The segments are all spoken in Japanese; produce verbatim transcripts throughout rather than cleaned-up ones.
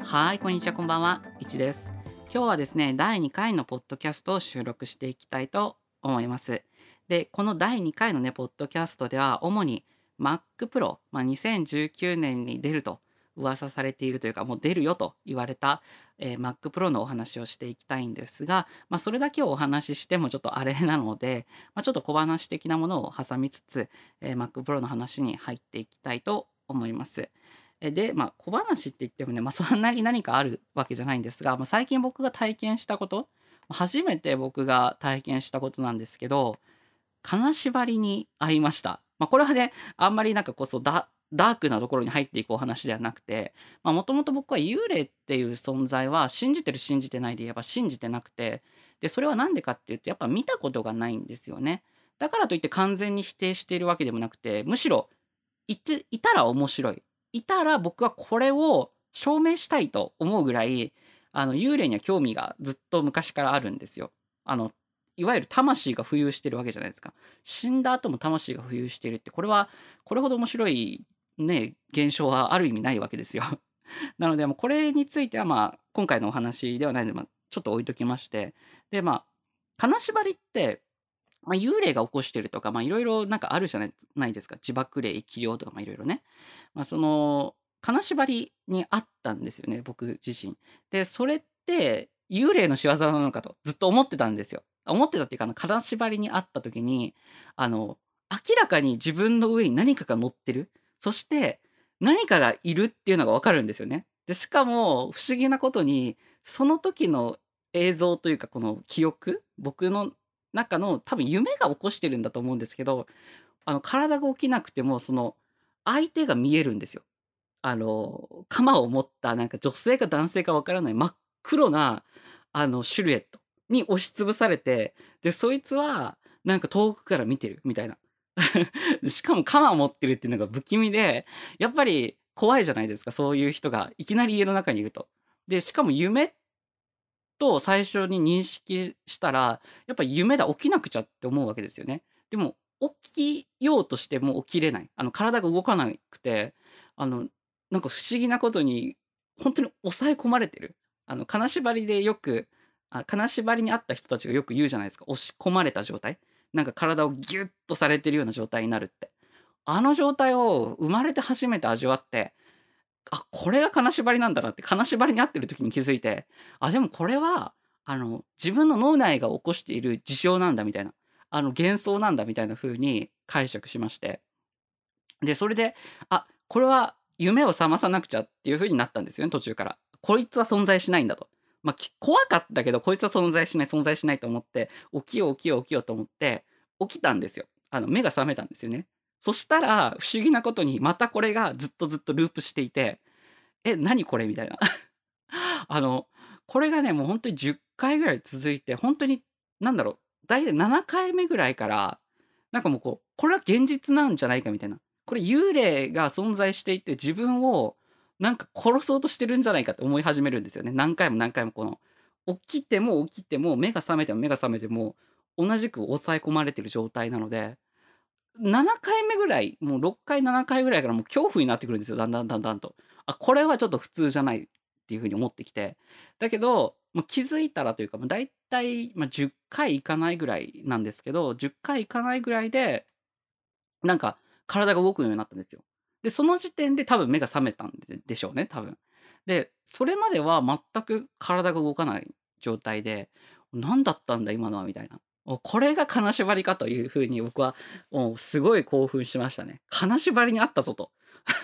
はい、こんにちは、こんばんは。いちです。今日はですね、だいにかいのポッドキャストを収録していきたいと思います。で、このだいにかいのね、ポッドキャストでは、主に Mac Pro、まあ、にせんじゅうきゅうねんに出ると噂されているというか、もう出るよと言われた、えー Mac Pro のお話をしていきたいんですが、まあ、それだけをお話ししてもちょっとあれなので、まあ、ちょっと小話的なものを挟みつつ、えー Mac Pro の話に入っていきたいと思います。え、で、まあ、小話って言ってもね、まあ、そんなに何かあるわけじゃないんですが、まあ、最近僕が体験したこと、初めて僕が体験したことなんですけど、金縛りに遭いました。まあ、これはね、あんまりなんかこそダダークなところに入っていくお話ではなくて、まあ、もともと僕は幽霊っていう存在は信じてる信じてないで言えば信じてなくて、で、それはなんでかっていうと、やっぱ見たことがないんですよね。だからといって完全に否定しているわけでもなくて、むしろいていたら面白い。いたら僕はこれを証明したいと思うぐらい、あの、幽霊には興味がずっと昔からあるんですよ。あの、いわゆる魂が浮遊してるわけじゃないですか。死んだ後も魂が浮遊しているって、これは、これほど面白いね、現象はある意味ないわけですよ。なので、もうこれについては、まあ、今回のお話ではないので、まあ、ちょっと置いときまして、で、まあ、金縛りって、まあ、幽霊が起こしてるとか、まあ、いろいろなんかあるじゃないないですか。自爆霊、生き霊とか、まあ、いろいろね。まあ、その、金縛りにあったんですよね、僕自身。で、それって幽霊の仕業なのかとずっと思ってたんですよ。思ってたっていうか、あの、金縛りにあった時に、あの、明らかに自分の上に何かが乗ってる。そして、何かがいるっていうのがわかるんですよね。で、しかも不思議なことに、その時の映像というか、この記憶、僕の中の多分夢が起こしてるんだと思うんですけど、あの、体が起きなくても、その、相手が見えるんですよ。あの、鎌を持ったなんか女性か男性かわからない真っ黒な、あの、シルエットに押しつぶされて、で、そいつはなんか遠くから見てるみたいな。しかも鎌を持ってるっていうのが不気味で、やっぱり怖いじゃないですか、そういう人がいきなり家の中にいると。で、しかも夢と最初に認識したら、やっぱ夢だ、起きなくちゃって思うわけですよね。でも、起きようとしても起きれない。あの、体が動かなくて、あの、なんか不思議なことに、本当に抑え込まれてる。あの、金縛りでよく、あ、金縛りにあった人たちがよく言うじゃないですか。押し込まれた状態。なんか体をギュッとされてるような状態になるって。あの状態を生まれて初めて味わって、あ、これが金縛りなんだなって、金縛りに遭ってる時に気づいて、あ、でもこれは、あの、自分の脳内が起こしている事象なんだみたいな、あの、幻想なんだみたいな風に解釈しまして。で、それで、あ、これは夢を覚まさなくちゃっていう風になったんですよね、途中から。こいつは存在しないんだと。まあ、き怖かったけど、こいつは存在しない、存在しないと思って、起きよう起きよう起きようと思って、起きたんですよ。あの、目が覚めたんですよね。そしたら、不思議なことに、またこれがずっとずっとループしていて、え、何これみたいな。あの、これがね、もう本当にじゅっかいぐらい続いて、本当に、なんだろう、だいたいななかいめぐらいから、なんかもうこう、これは現実なんじゃないかみたいな。これ幽霊が存在していて、自分をなんか殺そうとしてるんじゃないかって思い始めるんですよね。何回も何回もこの、起きても起きても、目が覚めても目が覚めても、同じく抑え込まれてる状態なので、ななかいめぐらい、もうろっかい、ななかいぐらいからもう恐怖になってくるんですよ、だんだんだんだんと。あ、これはちょっと普通じゃないっていう風に思ってきて。だけど、もう気づいたらというか、まあ、だいたい、ま、じゅっかいいかないぐらいなんですけど、じゅっかいいかないぐらいで、なんか体が動くようになったんですよ。で、その時点で多分目が覚めたんででしょうね、多分。で、それまでは全く体が動かない状態で、何だったんだ今のはみたいな。お、これが金縛りかという風に僕は、もうすごい興奮しましたね。金縛りにあったぞと。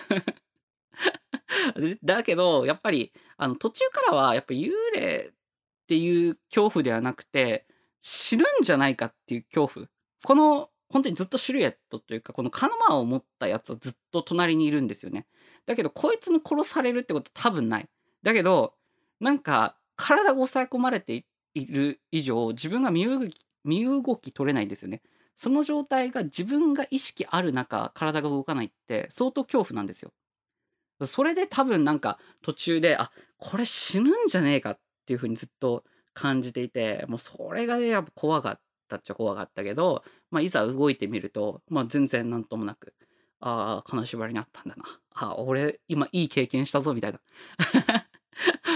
で、だけど、やっぱり、あの、途中からはやっぱ幽霊っていう恐怖ではなくて、死ぬんじゃないかっていう恐怖。この、ほんとにずっとシルエットというか、このカマを持ったやつはずっと隣にいるんですよね。だけど、こいつに殺されるってこと多分ない。だけど、なんか、体が抑え込まれていいる以上、自分が身動き身動き取れないんですよね。その状態が自分が意識ある中、体が動かないって相当恐怖なんですよ。それで多分なんか途中で、あ、これ死ぬんじゃねえかっていう風にずっと感じていて、もうそれがね、やっぱ怖かったっちゃ怖かったけど、ま、いざ動いてみると、ま、全然なんともなく、ああ、金縛りにあったんだな。ああ、俺今いい経験したぞみたいな。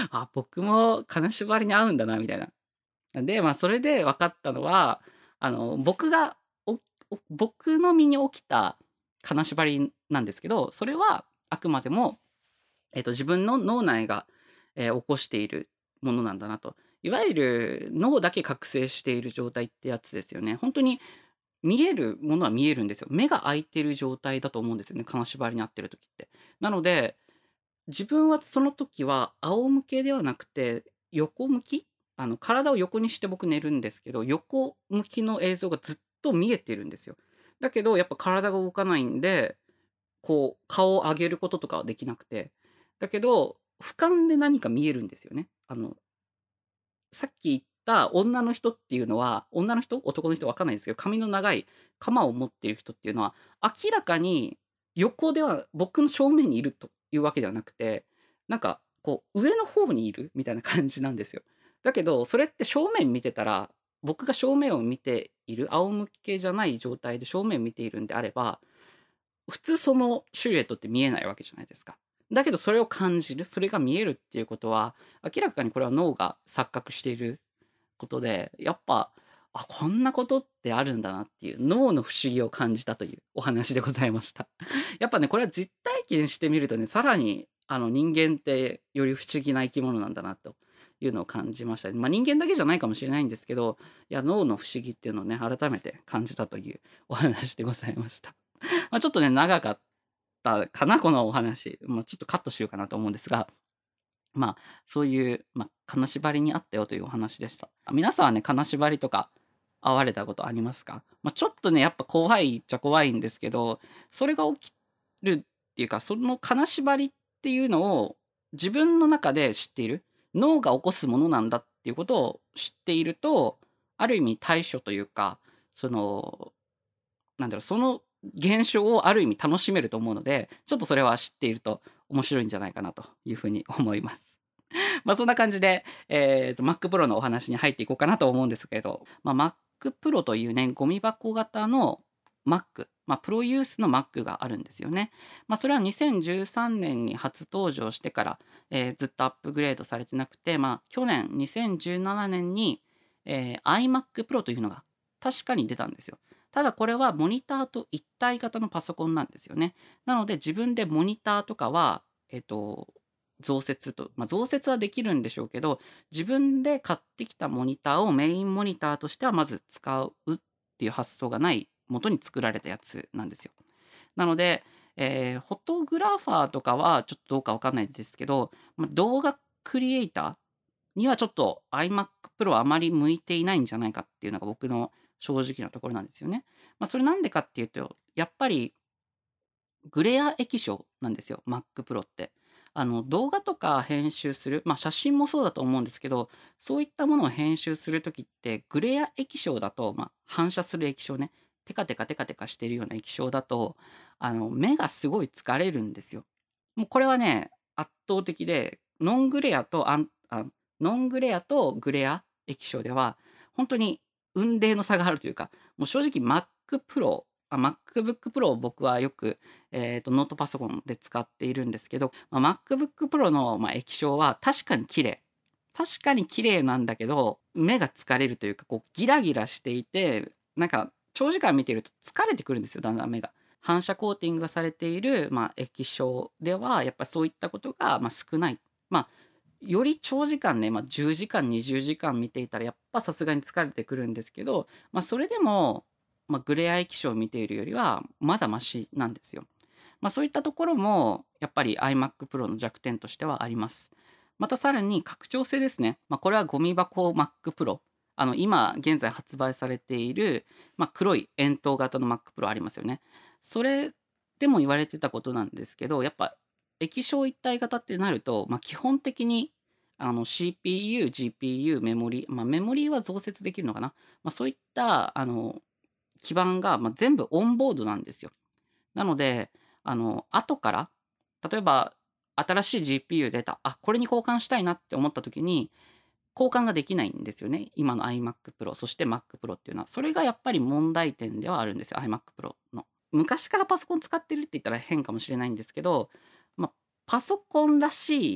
あ、僕も金縛りに合うんだなみたいな。で、まあ、それで分かったのは、あの、僕が、おお僕の身に起きた金縛りなんですけど、それはあくまでも、えっと、自分の脳内が、えー起こしているものなんだなと。いわゆる脳だけ覚醒している状態ってやつですよね。本当に見えるものは見えるんですよ。目が開いてる状態だと思うんですよね、金縛りに遭ってる時って。なので、自分はその時は仰向けではなくて、横向きあの、体を横にして僕寝るんですけど、横向きの映像がずっと見えてるんですよ。だけど、やっぱ体が動かないんで、こう、顔を上げることとかはできなくて。だけど、俯瞰で何か見えるんですよね。あの、さっき言った女の人っていうのは、女の人男の人わかんないですけど、髪の長い鎌を持っている人っていうのは、明らかに横では僕の正面にいるというわけではなくて、なんかこう上の方にいるみたいな感じなんですよ。だけど、それって正面見てたら、僕が正面を見ている、仰向けじゃない状態で正面見ているんであれば、普通そのシルエットって見えないわけじゃないですか。だけどそれを感じる、それが見えるっていうことは、明らかにこれは脳が錯覚していることで、やっぱ、あ、こんなことってあるんだなっていう脳の不思議を感じたというお話でございました。やっぱね、これは実体験してみるとね、さらにあの人間ってより不思議な生き物なんだなというのを感じましたね。まあ人間だけじゃないかもしれないんですけど、いや、脳の不思議っていうのをね、改めて感じたというお話でございました。まあちょっとね、長かったかな、このお話。まあちょっとカットしようかなと思うんですが、まあ、そういう、まあ、金縛りにあったよというお話でした。皆さんはね、金縛りとか遭われたことありますか？まあ、ちょっとね、やっぱ怖いっちゃ怖いんですけど、それが起きるっていうか、その金縛りっていうのを自分の中で知っている、脳が起こすものなんだっていうことを知っていると、ある意味対処というか、その、なんだろう、その現象をある意味楽しめると思うので、ちょっとそれは知っていると面白いんじゃないかなというふうに思います。まあそんな感じで、えーと、Mac Pro のお話に入っていこうかなと思うんですけれど、まあ、Mac Pro というね、ゴミ箱型の Mac、まあ、プロユースの Mac があるんですよね。まあ、それはにせんじゅうさんねんに初登場してから、えーずっとアップグレードされてなくて、まあ、去年にせんじゅうななねんに、えー iMac Pro というのが確かに出たんですよ。ただこれはモニターと一体型のパソコンなんですよね。なので自分でモニターとかは、えっと、増設と、まあ、増設はできるんでしょうけど、自分で買ってきたモニターをメインモニターとしてはまず使うっていう発想がない元に作られたやつなんですよ。なので、えーフォトグラファーとかはちょっとどうかわかんないですけど、まあ、動画クリエイターにはちょっと iMac Pro はあまり向いていないんじゃないかっていうのが僕の正直なところなんですよね。まあ、それなんでかっていうと、やっぱりグレア液晶なんですよ、Mac Pro って。あの動画とか編集する、まあ、写真もそうだと思うんですけど、そういったものを編集するときって、グレア液晶だと、まあ、反射する液晶ね、テカテカテカテカしてるような液晶だと、あの目がすごい疲れるんですよ。もうこれはね、圧倒的で、ノングレアとアンあノングレアとグレア液晶では、本当に雲泥の差があるというか、もう正直 Mac Pro、あ、MacBook Pro を僕はよく、えーと、ノートパソコンで使っているんですけど、まあ、MacBook Pro の、まあ、液晶は確かに綺麗。確かに綺麗なんだけど、目が疲れるというか、こうギラギラしていて、なんか長時間見てると疲れてくるんですよ、だんだん目が。反射コーティングがされている、まあ、液晶では、やっぱそういったことが、まあ、少ない。まあ、より長時間ね、まあ、じゅうじかん、にじゅうじかん見ていたら、やっぱさすがに疲れてくるんですけど、まあ、それでも、まあ、グレア液晶を見ているよりは、まだマシなんですよ。まあ、そういったところも、やっぱり iMac Pro の弱点としてはあります。またさらに拡張性ですね。まあ、これはゴミ箱 Mac Pro。あの、今現在発売されている、まあ、黒い円筒型の Mac Pro ありますよね。それでも言われてたことなんですけど、やっぱ液晶一体型ってなると、まあ、基本的にあの シーピーユー、ジーピーユー、メモリ、まあ、メモリは増設できるのかな。まあ、そういったあの基板が、まあ、全部オンボードなんですよ。なので、あの後から、例えば新しい ジーピーユー 出た、あ、これに交換したいなって思った時に、交換ができないんですよね。今の iMac Pro、そして Mac Pro っていうのは。それがやっぱり問題点ではあるんですよ、iMac Pro の。昔からパソコン使ってるって言ったら変かもしれないんですけど、まあ、パソコンらしい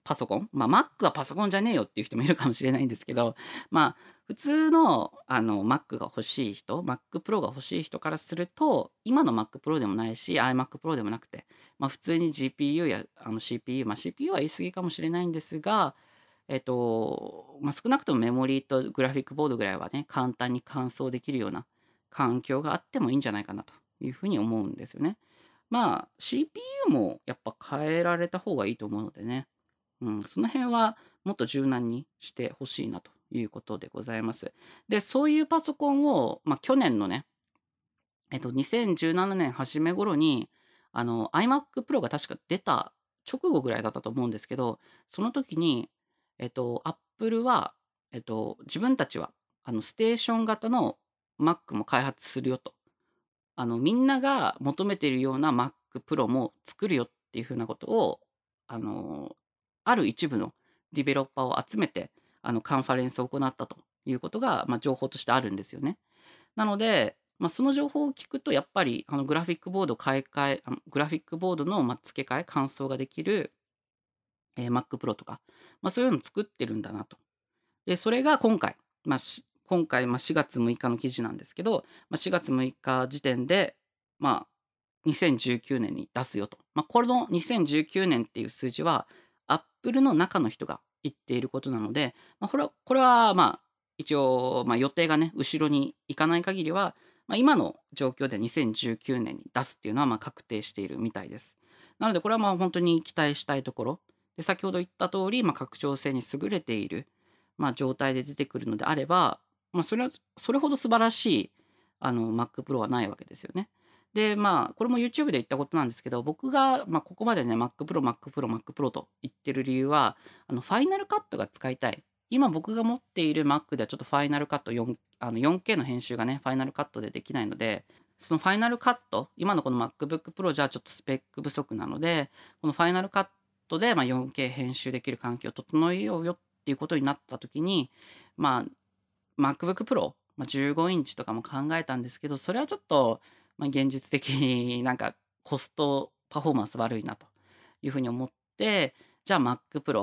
パソコン、まあ、Mac はパソコンじゃねえよっていう人もいるかもしれないんですけど、まあ、普通の、あの、Mac が欲しい人、Mac Pro が欲しい人からすると、今の Mac Pro でもないし、iMac Pro でもなくて、まあ、普通に ジーピーユー やあの シーピーユー、まあ、シーピーユー は言い過ぎかもしれないんですが、えっと、まあ、少なくともメモリーとグラフィックボードぐらいはね、簡単に乾燥できるような環境があってもいいんじゃないかなというふうに思うんですよね。まあ、シーピーユー もやっぱ変えられた方がいいと思うのでね。うん、その辺はもっと柔軟にしてほしいなということでございます。で、そういうパソコンを、まあ、去年のね、えっと、にせんじゅうななねん初め頃に、あの、iMac Pro が確か出た直後ぐらいだったと思うんですけど、その時に、えっと、Apple は、えっと、自分たちは、あの、ステーション型の Mac も開発するよと。あの、みんなが求めているような Mac Pro も作るよっていう風なことを、あの、ある一部のディベロッパーを集めて、あの、カンファレンスを行ったということが、まあ、情報としてあるんですよね。なので、まあ、その情報を聞くと、やっぱり、あの、グラフィックボード買い替え、あのグラフィックボードの、ま、付け替え、換装ができる、えー Mac Pro とか、まあ、そういうのを作ってるんだなと。で、それが今回、まあ、し今回、まあ、しがつむいかの記事なんですけど、まあ、しがつむいか時点で、まあ、にせんじゅうきゅうねんに出すよと。まあ、これのにせんじゅうきゅうねんっていう数字は、Apple の中の人が言っていることなので、まあ、これは、これはまあ、一応、まあ、予定がね、後ろに行かない限りは、まあ、今の状況でにせんじゅうきゅうねんに出すっていうのは、まあ、確定しているみたいです。なので、これはまあ、本当に期待したいところ。で、先ほど言った通り、まあ、拡張性に優れている、まあ、状態で出てくるのであれば、まあ、それは、それほど素晴らしい、あの、Mac Pro はないわけですよね。で、まあ、これも YouTube で言ったことなんですけど、僕が、まあ、ここまでね、Mac Pro、Mac Pro、Mac Pro と言ってる理由は、あの、Final Cut が使いたい。今僕が持っている Mac ではちょっと Final Cut よん、あの よんケー の編集がね、Final Cut でできないので、その Final Cut、今のこの MacBook Pro じゃちょっとスペック不足なので、この Final Cut でまあ よんケー 編集できる環境を整えようよっていうことになった時に、まあ、MacBook Pro、まあ、じゅうごインチとかも考えたんですけど、それはちょっと、まあ、現実的になんかコストパフォーマンス悪いなというふうに思って、じゃあ Mac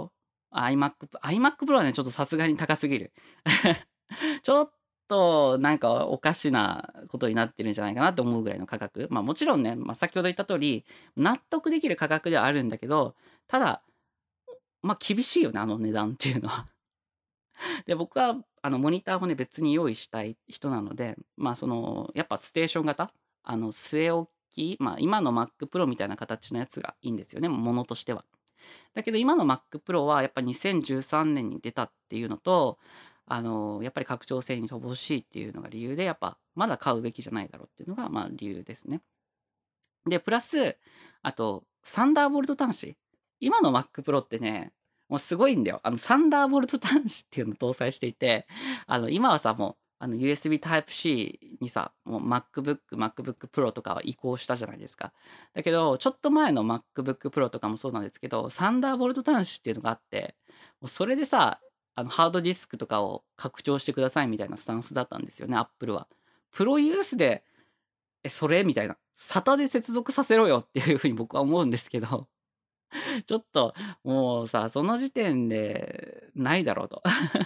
Pro、iMac、iMac Pro はね、ちょっとさすがに高すぎる。ちょっとなんかおかしなことになってるんじゃないかなと思うぐらいの価格。まあもちろんね、まあ、先ほど言った通り、納得できる価格ではあるんだけど、ただ、まあ厳しいよね、あの値段っていうのは。で、僕は、あの、モニターをね、別に用意したい人なので、まあ、その、やっぱステーション型、あの、据え置き、まあ、今の Mac Pro みたいな形のやつがいいんですよね、ものとしては。だけど、今の Mac Pro は、やっぱにせんじゅうさんねんに出たっていうのと、あの、やっぱり拡張性に乏しいっていうのが理由で、やっぱ、まだ買うべきじゃないだろうっていうのが、まあ、理由ですね。で、プラス、あと、サンダーボルト端子。今の Mac Pro ってね、もうすごいんだよ。あの、サンダーボルト端子っていうのを搭載していて、あの、今はさ、もう、あの、ユーエスビー Type-C にさ、もう MacBook、MacBook Pro とかは移行したじゃないですか。だけど、ちょっと前の MacBook Pro とかもそうなんですけど、サンダーボルト端子っていうのがあって、もうそれでさ、あの、ハードディスクとかを拡張してくださいみたいなスタンスだったんですよね、Apple は。プロユースでえ、それみたいな。サタで接続させろよっていうふうに僕は思うんですけど、ちょっともうさ、その時点でないだろうと。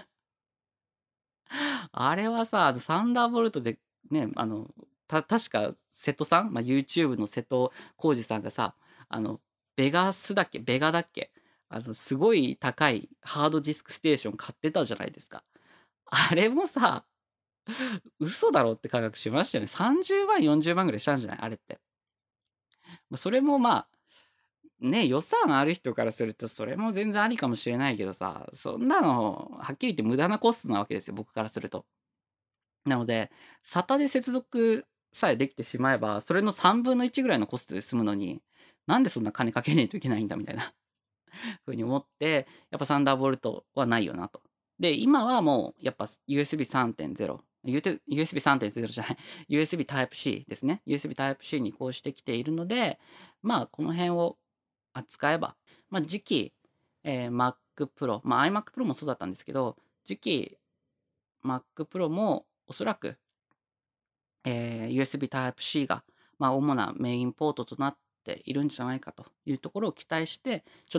あれはさ、あのサンダーボルトでね、あの、た確か瀬戸さん、まあ、YouTube の瀬戸康史さんがさ、あの、ベガスだっけベガだっけあの、すごい高いハードディスクステーション買ってたじゃないですか。あれもさ、嘘だろって価格しましたよね。さんじゅうまん、よんじゅうまんぐらいしたんじゃないあれって。ま、それもまあ、ね、予算ある人からするとそれも全然ありかもしれないけどさ、そんなのはっきり言って無駄なコストなわけですよ、僕からすると。なので、サタで接続さえできてしまえば、それのさんぶんのいちぐらいのコストで済むのに、なんでそんな金かけねえといけないんだみたいな風に思って、やっぱサンダーボルトはないよなと。で、今はもうやっぱ ユーエスビーさんてんゼロ、ユーエスビーさんてんゼロ じゃない、ユーエスビー Type-C ですね。ユーエスビー Type-C に移行してきているので、まあ、この辺を扱えば、まあ、次期、えー Mac Pro、まあ、iMac Pro もそうだったんですけど、次期 Mac Pro もおそらく、えー ユーエスビー Type-C が、まあ、主なメインポートとなっているんじゃないかというところを期待して、ちょっと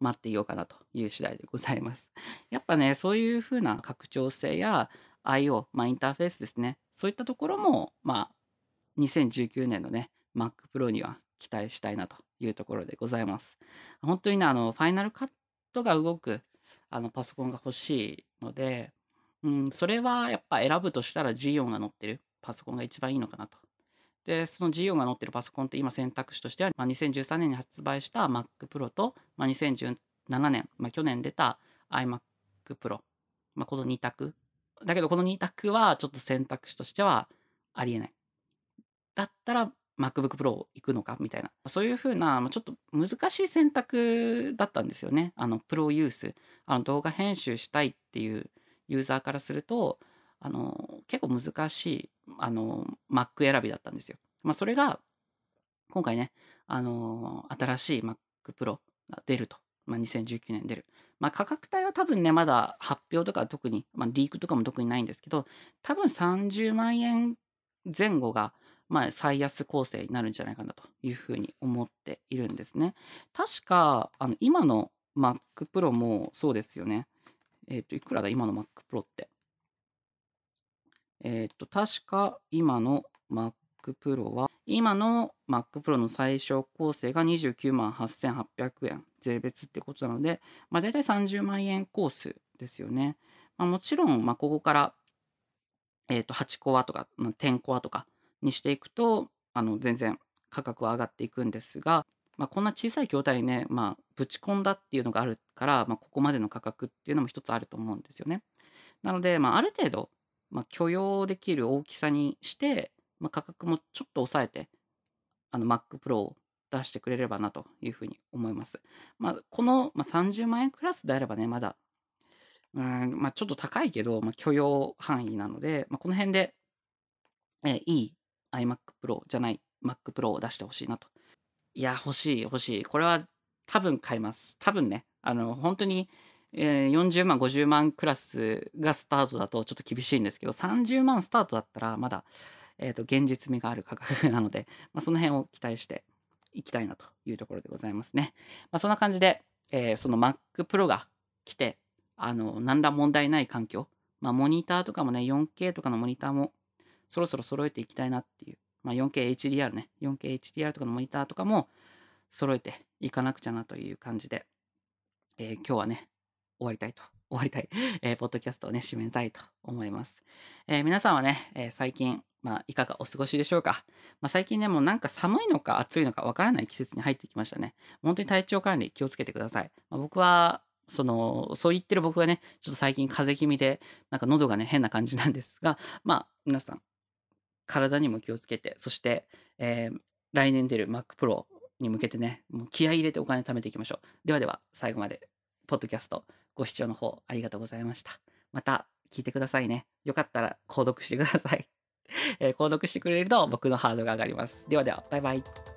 待っていようかなという次第でございます。やっぱね、そういう風な拡張性や アイオー、まあ、インターフェースですね。そういったところも、まあ、にせんじゅうきゅうねんのね、Mac Pro には期待したいなというところでございます。本当にね、あの、ファイナルカットが動く、あの、パソコンが欲しいので、うん、それはやっぱ選ぶとしたら ジーフォー が載ってるパソコンが一番いいのかなと。で、その ジーフォー が載ってるパソコンって今選択肢としては、まあ、にせんじゅうさんねんに発売した Mac Pro と、まあ、にせんじゅうななねん、まあ、去年出た iMac Pro、まあ、このに択。だけどこのに択はちょっと選択肢としてはありえない。だったら MacBook Pro 行くのかみたいな。そういう風な、まあ、ちょっと難しい選択だったんですよね。あの、プロユース。あの、動画編集したいっていうユーザーからすると、あの、結構難しい、あの、Mac 選びだったんですよ。まあ、それが、今回ね、あの、新しい Mac Pro が出ると。まあ、にせんじゅうきゅうねん出る。まあ、価格帯は多分ね、まだ発表とか特に、まあ、リークとかも特にないんですけど、多分さんじゅうまんえん前後が、まあ、最安構成になるんじゃないかなというふうに思っているんですね。確か、あの、今の Mac Pro もそうですよね。えっと、いくらだ、今の Mac Pro って。えっと、確か、今の Mac Pro は、今の Mac Pro の最小構成がにじゅうきゅうまんはっせんはっぴゃくえん、税別ってことなので、まあ、大体さんじゅうまんえんコースですよね。まあ、もちろん、まあ、ここから、えっと、はちコアとか、まあじゅうコアとかにしていくと、あの、全然価格は上がっていくんですが、まあ、こんな小さい筐体にね、まあ、ぶち込んだっていうのがあるから、まあ、ここまでの価格っていうのも一つあると思うんですよね。なので、まあ、ある程度、まあ、許容できる大きさにして、まあ、価格もちょっと抑えて、あの Mac Pro を出してくれればなというふうに思います。まあ、この、まあ、さんじゅうまんえんクラスであればね、まだ、うん、まあ、ちょっと高いけど、まあ、許容範囲なので、まあ、この辺で、えーいい iMac Pro じゃない Mac Pro を出してほしいなと。いや、欲しい、欲しい。これは多分買います。多分ね。あの、本当に、えー、よんじゅうまん、ごじゅうまんクラスがスタートだとちょっと厳しいんですけど、さんじゅうまんスタートだったらまだ、えっと、現実味がある価格なので、まあ、その辺を期待していきたいなというところでございますね。まあ、そんな感じで、えーその Mac Pro が来て、あの、何ら問題ない環境、まあ、モニターとかもね、よんケー とかのモニターもそろそろ揃えていきたいなっていう、まあ、よんケーエイチディーアール ね、よんケーエイチディーアール とかのモニターとかも揃えていかなくちゃなという感じで、えー今日はね、終わりたいと、終わりたい、えーポッドキャストをね、締めたいと思います。えー皆さんはね、えー最近、まあ、いかがお過ごしでしょうか。まあ、最近ね、もうなんか寒いのか暑いのかわからない季節に入ってきましたね。本当に体調管理気をつけてください。まあ、僕は、その、そう言ってる僕はね、ちょっと最近風邪気味で、なんか喉がね、変な感じなんですが、まあ、皆さん、体にも気をつけて、そして、えー来年出る Mac Pro に向けてね、もう気合い入れてお金貯めていきましょう。ではでは、最後まで、ポッドキャストご視聴の方ありがとうございました。また聞いてくださいね。よかったら購読してください。えー購読してくれると僕のハードが上がります。ではでは、バイバイ。